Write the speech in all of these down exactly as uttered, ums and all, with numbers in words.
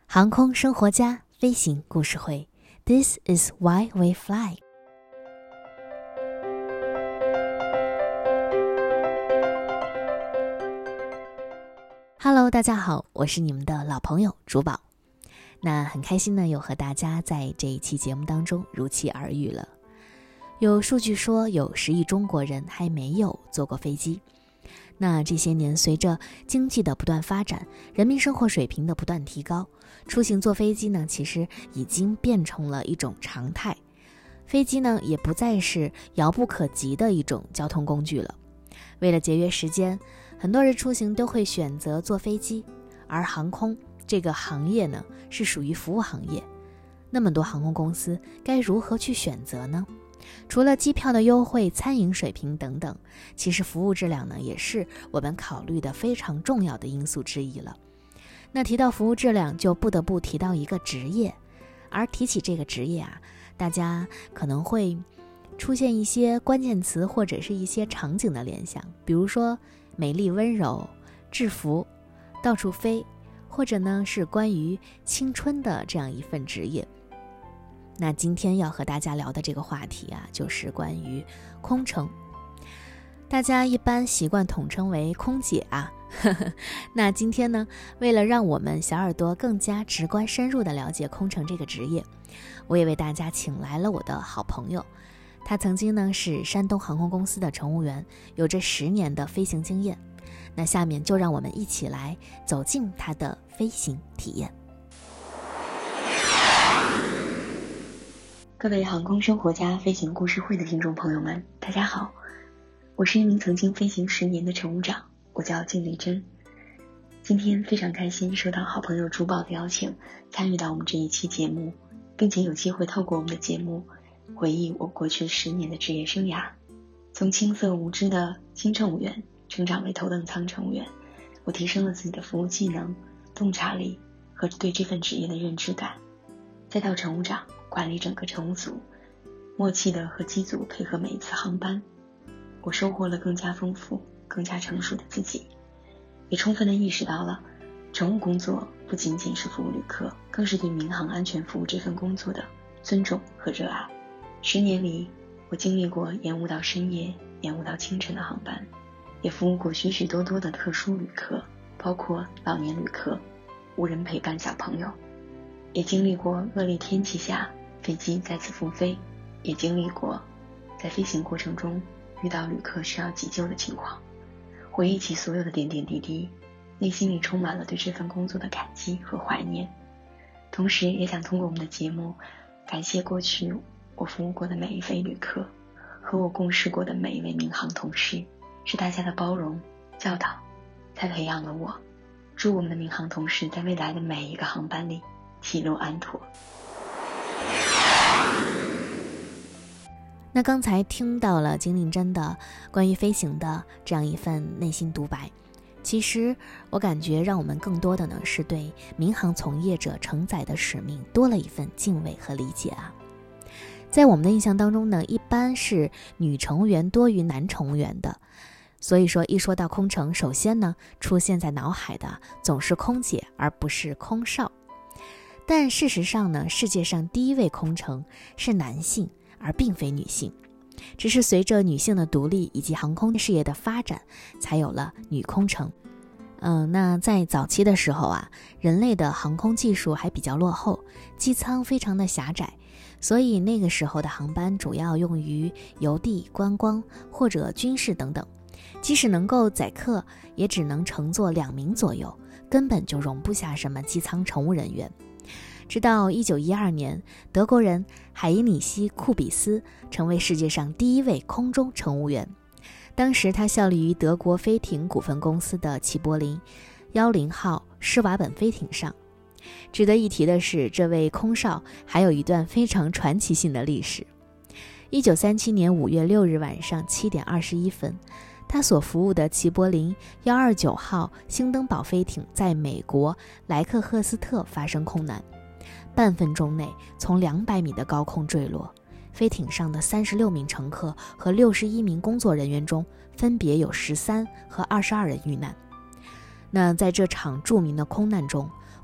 航空生活家飞行故事会 This is why we fly。 Hello， 大家好，我是你们的老朋友竹宝。那很开心呢，又和大家在这一期节目当中如期而遇了。有数据说有十亿中国人还没有坐过飞机。那这些年随着经济的不断发展，人民生活水平的不断提高，出行坐飞机呢其实已经变成了一种常态。飞机呢也不再是遥不可及的一种交通工具了。为了节约时间，很多人出行都会选择坐飞机，而航空这个行业呢是属于服务行业。那么多航空公司该如何去选择呢？除了机票的优惠、餐饮水平等等，其实服务质量呢也是我们考虑的非常重要的因素之一了。那提到服务质量，就不得不提到一个职业，而提起这个职业啊，大家可能会出现一些关键词或者是一些场景的联想，比如说美丽温柔、制服、到处飞，或者呢是关于青春的这样一份职业。那今天要和大家聊的这个话题啊，就是关于空乘。大家一般习惯统称为空姐啊。那今天呢，为了让我们小耳朵更加直观深入地了解空乘这个职业，我也为大家请来了我的好朋友。他曾经呢是山东航空公司的乘务员，有着十年的飞行经验。那下面就让我们一起来走进他的飞行体验。 各位航空生活家飞行故事会的听众朋友们，大家好，我是一名曾经飞行十年的乘务长，我叫金丽珍。今天非常开心收到好朋友珠宝的邀请，参与到我们这一期节目，并且有机会透过我们的节目回忆我过去十年的职业生涯。从青涩无知的新乘务员成长为头等舱乘务员，我提升了自己的服务技能、洞察力和对这份职业的认知感，再到乘务长管理整个乘务组，默契的和机组配合每一次航班，我收获了更加丰富、更加成熟的自己，也充分的意识到了乘务工作不仅仅是服务旅客，更是对民航安全服务这份工作的尊重和热爱。十年里，我经历过延误到深夜、延误到清晨的航班，也服务过许许多多的特殊旅客，包括老年旅客、无人陪伴小朋友，也经历过恶劣天气下飞机再次复飞，也经历过在飞行过程中遇到旅客需要急救的情况。回忆起所有的点点滴滴，内心里充满了对这份工作的感激和怀念。同时也想通过我们的节目，感谢过去我服务过的每一位旅客，和我共事过的每一位民航同事，是大家的包容、教导，才培养了我。祝我们的民航同事在未来的每一个航班里起落安妥。 那刚才听到了金令珍的关于飞行的这样一份内心独白，其实我感觉让我们更多的呢是对民航从业者承载的使命多了一份敬畏和理解啊。在我们的印象当中呢，一般是女乘务员多于男乘务员的，所以说一说到空乘，首先呢出现在脑海的总是空姐而不是空少。但事实上呢，世界上第一位空乘是男性而并非女性，只是随着女性的独立以及航空事业的发展，才有了女空乘。嗯，那在早期的时候啊，人类的航空技术还比较落后，机舱非常的狭窄，所以那个时候的航班主要用于邮递、观光或者军事等等，即使能够载客，也只能乘坐两名左右，根本就容不下什么机舱乘务人员。直到一九一二年，德国人海因里希·库比斯成为世界上第一位空中乘务员。当时他效力于德国飞艇股份公司的齐柏林幺零号施瓦本飞艇上。值得一提的是，这位空少还有一段非常传奇性的历史。一九三七年五月六日晚上七点二十一分，他所服务的齐柏林幺二九号兴登堡飞艇在美国莱克赫斯特发生空难，半分钟内从两百米的高空坠落。飞艇上的三十六名乘客和六十一名工作人员中，分别有十三和二十二人遇难。那在这场著名的空难中，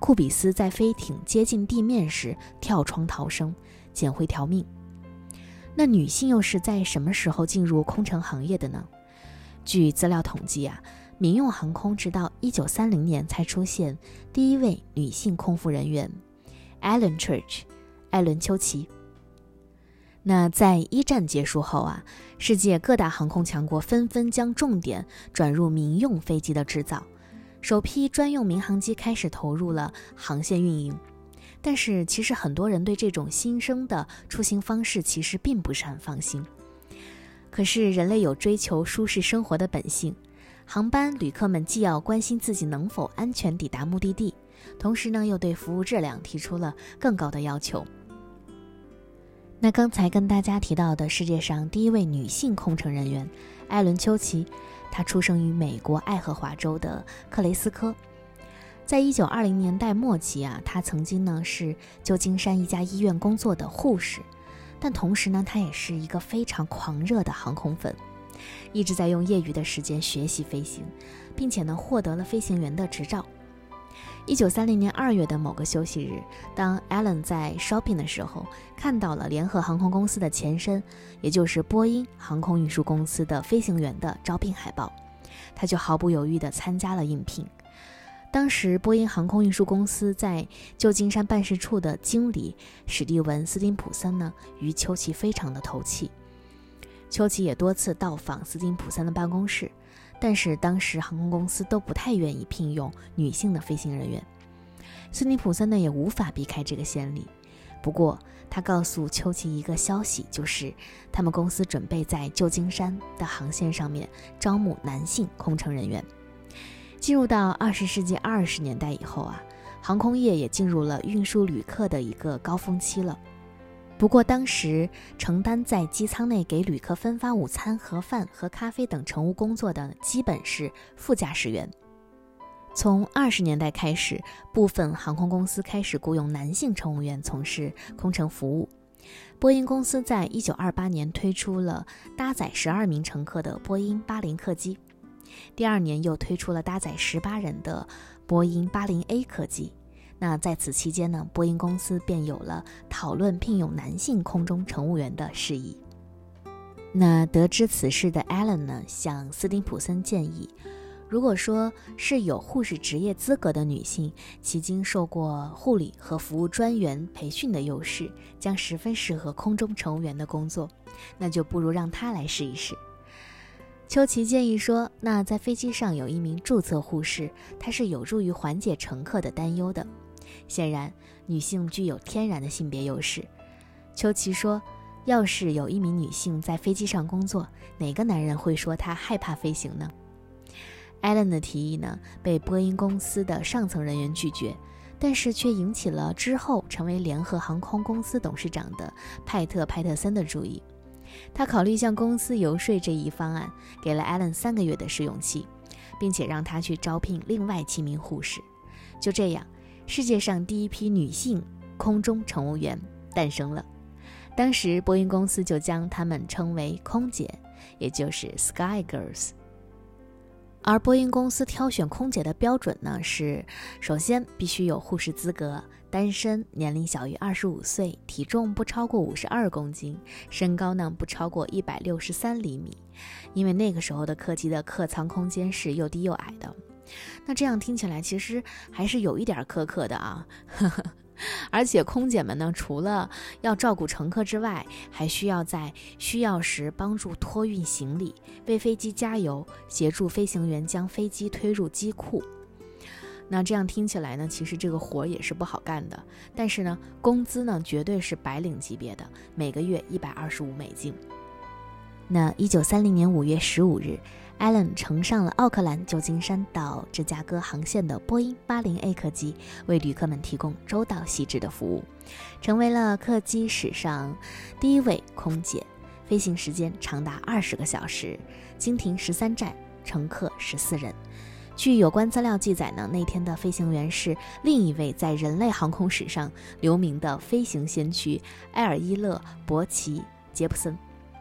库比斯在飞艇接近地面时跳窗逃生，捡回条命。那女性又是在什么时候进入空乘行业的呢？据资料统计啊，民用航空直到一九三零年才出现第一位女性空服人员 Ellen Church 艾伦丘奇。那在一战结束后啊，世界各大航空强国纷纷将重点转入民用飞机的制造，首批专用民航机开始投入了航线运营。但是其实很多人对这种新生的出行方式其实并不是很放心。可是人类有追求舒适生活的本性，航班旅客们既要关心自己能否安全抵达目的地，同时呢又对服务质量提出了更高的要求。那刚才跟大家提到的世界上第一位女性空乘人员艾伦丘奇，她出生于美国爱荷华州的克雷斯科。在一九二零年代末期啊，她曾经呢是旧金山一家医院工作的护士，但同时呢她也是一个非常狂热的航空粉，一直在用业余的时间学习飞行，并且呢获得了飞行员的执照。一九三零年二月的某个休息日，当 Ellen 在 shopping 的时候，看到了联合航空公司的前身，也就是波音航空运输公司的飞行员的招聘海报，他就毫不犹豫地参加了应聘。当时波音航空运输公司在旧金山办事处的经理史蒂文·斯汀普森呢，与丘奇非常的投契。丘奇也多次到访斯汀普森的办公室，但是当时航空公司都不太愿意聘用女性的飞行人员。斯汀普森呢也无法避开这个先例。不过他告诉丘奇一个消息，就是他们公司准备在旧金山的航线上面招募男性空乘人员。进入到二十世纪二十年代以后啊，航空业也进入了运输旅客的一个高峰期了。不过当时承担在机舱内给旅客分发午餐、盒饭和咖啡等乘务工作的基本是副驾驶员。从二十年代开始，部分航空公司开始雇佣男性乘务员从事空乘服务。波音公司在一九二八年推出了搭载十二名乘客的波音八零客机，第二年又推出了搭载十八人的波音八零 A 客机。那在此期间呢，波音公司便有了讨论聘用男性空中乘务员的事宜。那得知此事的 Ellen 呢，向斯汀普森建议，如果说是有护士职业资格的女性，其经受过护理和服务专员培训的优势，将十分适合空中乘务员的工作，那就不如让她来试一试。丘奇建议说，那在飞机上有一名注册护士，她是有助于缓解乘客的担忧的。显然女性具有天然的性别优势。丘奇说，要是有一名女性在飞机上工作，哪个男人会说她害怕飞行呢？艾伦的提议呢，被波音公司的上层人员拒绝，但是却引起了之后成为联合航空公司董事长的派特·派特森的注意。他考虑向公司游说这一方案，给了艾伦三个月的试用期，并且让他去招聘另外七名护士。就这样，世界上第一批女性空中乘务员诞生了。当时波音公司就将她们称为空姐，也就是 Sky Girls。而波音公司挑选空姐的标准呢，是首先必须有护士资格，单身，年龄小于二十五岁，体重不超过五十二公斤，身高呢不超过一百六十三厘米。因为那个时候的客机的客舱空间是又低又矮的。那这样听起来其实还是有一点苛刻的啊。而且空姐们呢，除了要照顾乘客之外，还需要在需要时帮助托运行李，为飞机加油，协助飞行员将飞机推入机库。那这样听起来呢，其实这个活也是不好干的。但是呢，工资呢绝对是白领级别的，每个月一百二十五美金。那一九三零年五月十五日，艾伦乘上了奥克兰、旧金山到芝加哥航线的波音八零 A 客机，为旅客们提供周到细致的服务，成为了客机史上第一位空姐。飞行时间长达二十个小时，经停十三站，乘客十四人。据有关资料记载呢，那天的飞行员是另一位在人类航空史上留名的飞行先驱埃尔伊勒·伯奇·杰普森。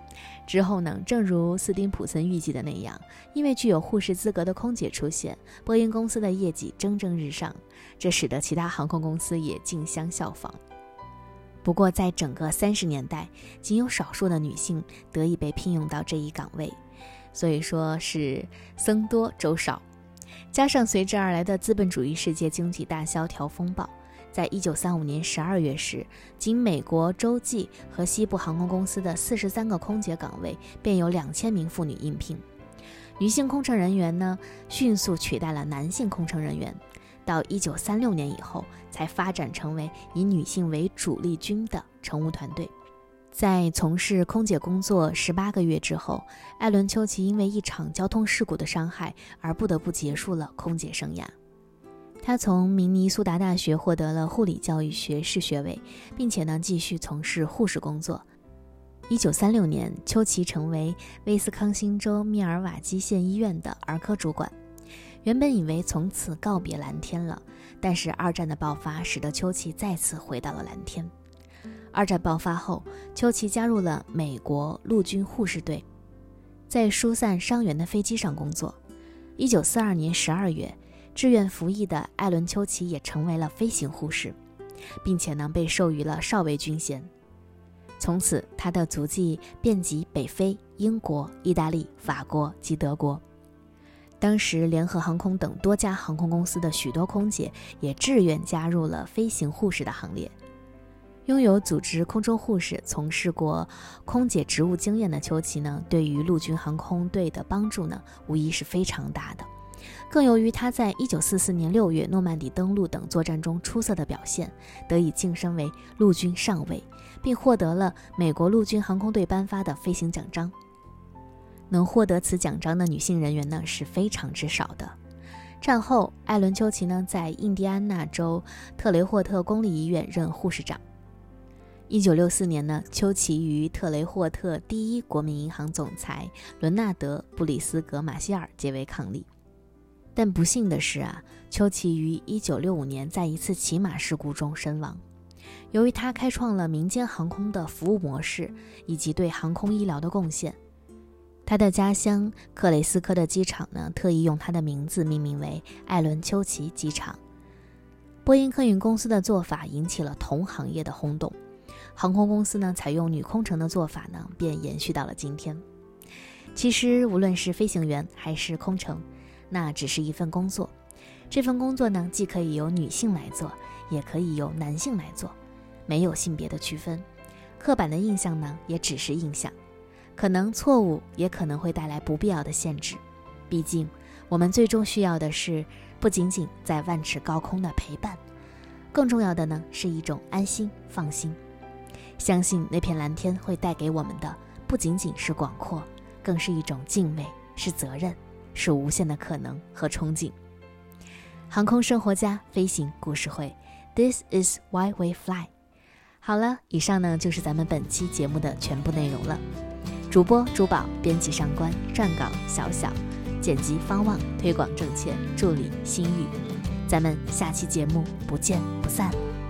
之后呢，正如斯汀普森预计的那样，因为具有护士资格的空姐出现，波音公司的业绩蒸蒸日上，这使得其他航空公司也竞相效仿。不过在整个三十年代，仅有少数的女性得以被聘用到这一岗位，所以说是僧多粥少。加上随之而来的资本主义世界经济大萧条风暴，在一九三五年十二月时，仅美国洲际和西部航空公司的四十三个空姐岗位便有两千名妇女应聘。女性空乘人员呢，迅速取代了男性空乘人员。到一九三六年以后，才发展成为以女性为主力军的乘务团队。在从事空姐工作十八个月之后，艾伦·丘奇因为一场交通事故的伤害而不得不结束了空姐生涯。他从明尼苏达大学获得了护理教育学士学位，并且呢继续从事护士工作。一九三六年，丘奇成为威斯康星州密尔瓦基县医院的儿科主管。原本以为从此告别蓝天了，但是二战的爆发使得丘奇再次回到了蓝天。二战爆发后，丘奇加入了美国陆军护士队，在疏散伤员的飞机上工作。一九四二年十二月，志愿服役的艾伦·丘奇也成为了飞行护士，并且呢被授予了少尉军衔。从此，他的足迹遍及北非、英国、意大利、法国及德国。当时联合航空等多家航空公司的许多空姐也志愿加入了飞行护士的行列。拥有组织空中护士、从事过空姐职务经验的丘奇呢，对于陆军航空队的帮助呢，无疑是非常大的。更由于他在一九四四年六月诺曼底登陆等作战中出色的表现，得以晋升为陆军上尉，并获得了美国陆军航空队颁发的飞行奖章。能获得此奖章的女性人员呢，是非常之少的。战后，艾伦·丘奇呢在印第安纳州特雷霍特公立医院任护士长。一九六四年呢，丘奇与特雷霍特第一国民银行总裁伦纳德·布里斯格马歇尔结为伉俪。但不幸的是啊，丘奇于一九六五年在一次骑马事故中身亡。由于他开创了民间航空的服务模式以及对航空医疗的贡献，他的家乡克雷斯科的机场呢，特意用他的名字命名为艾伦·丘奇机场。波音客运公司的做法引起了同行业的轰动，航空公司呢采用女空乘的做法呢，便延续到了今天。其实无论是飞行员还是空乘，那只是一份工作。这份工作呢，既可以由女性来做，也可以由男性来做，没有性别的区分。刻板的印象呢，也只是印象。可能错误，也可能会带来不必要的限制。毕竟，我们最终需要的是不仅仅在万尺高空的陪伴，更重要的呢是一种安心放心。相信那片蓝天会带给我们的不仅仅是广阔，更是一种敬畏，是责任，是无限的可能和憧憬。航空生活家飞行故事会 This is why we fly。 好了，以上呢就是咱们本期节目的全部内容了。主播珠宝，编辑上官，撰稿小小，剪辑方望，推广正确，助理心语。咱们下期节目不见不散。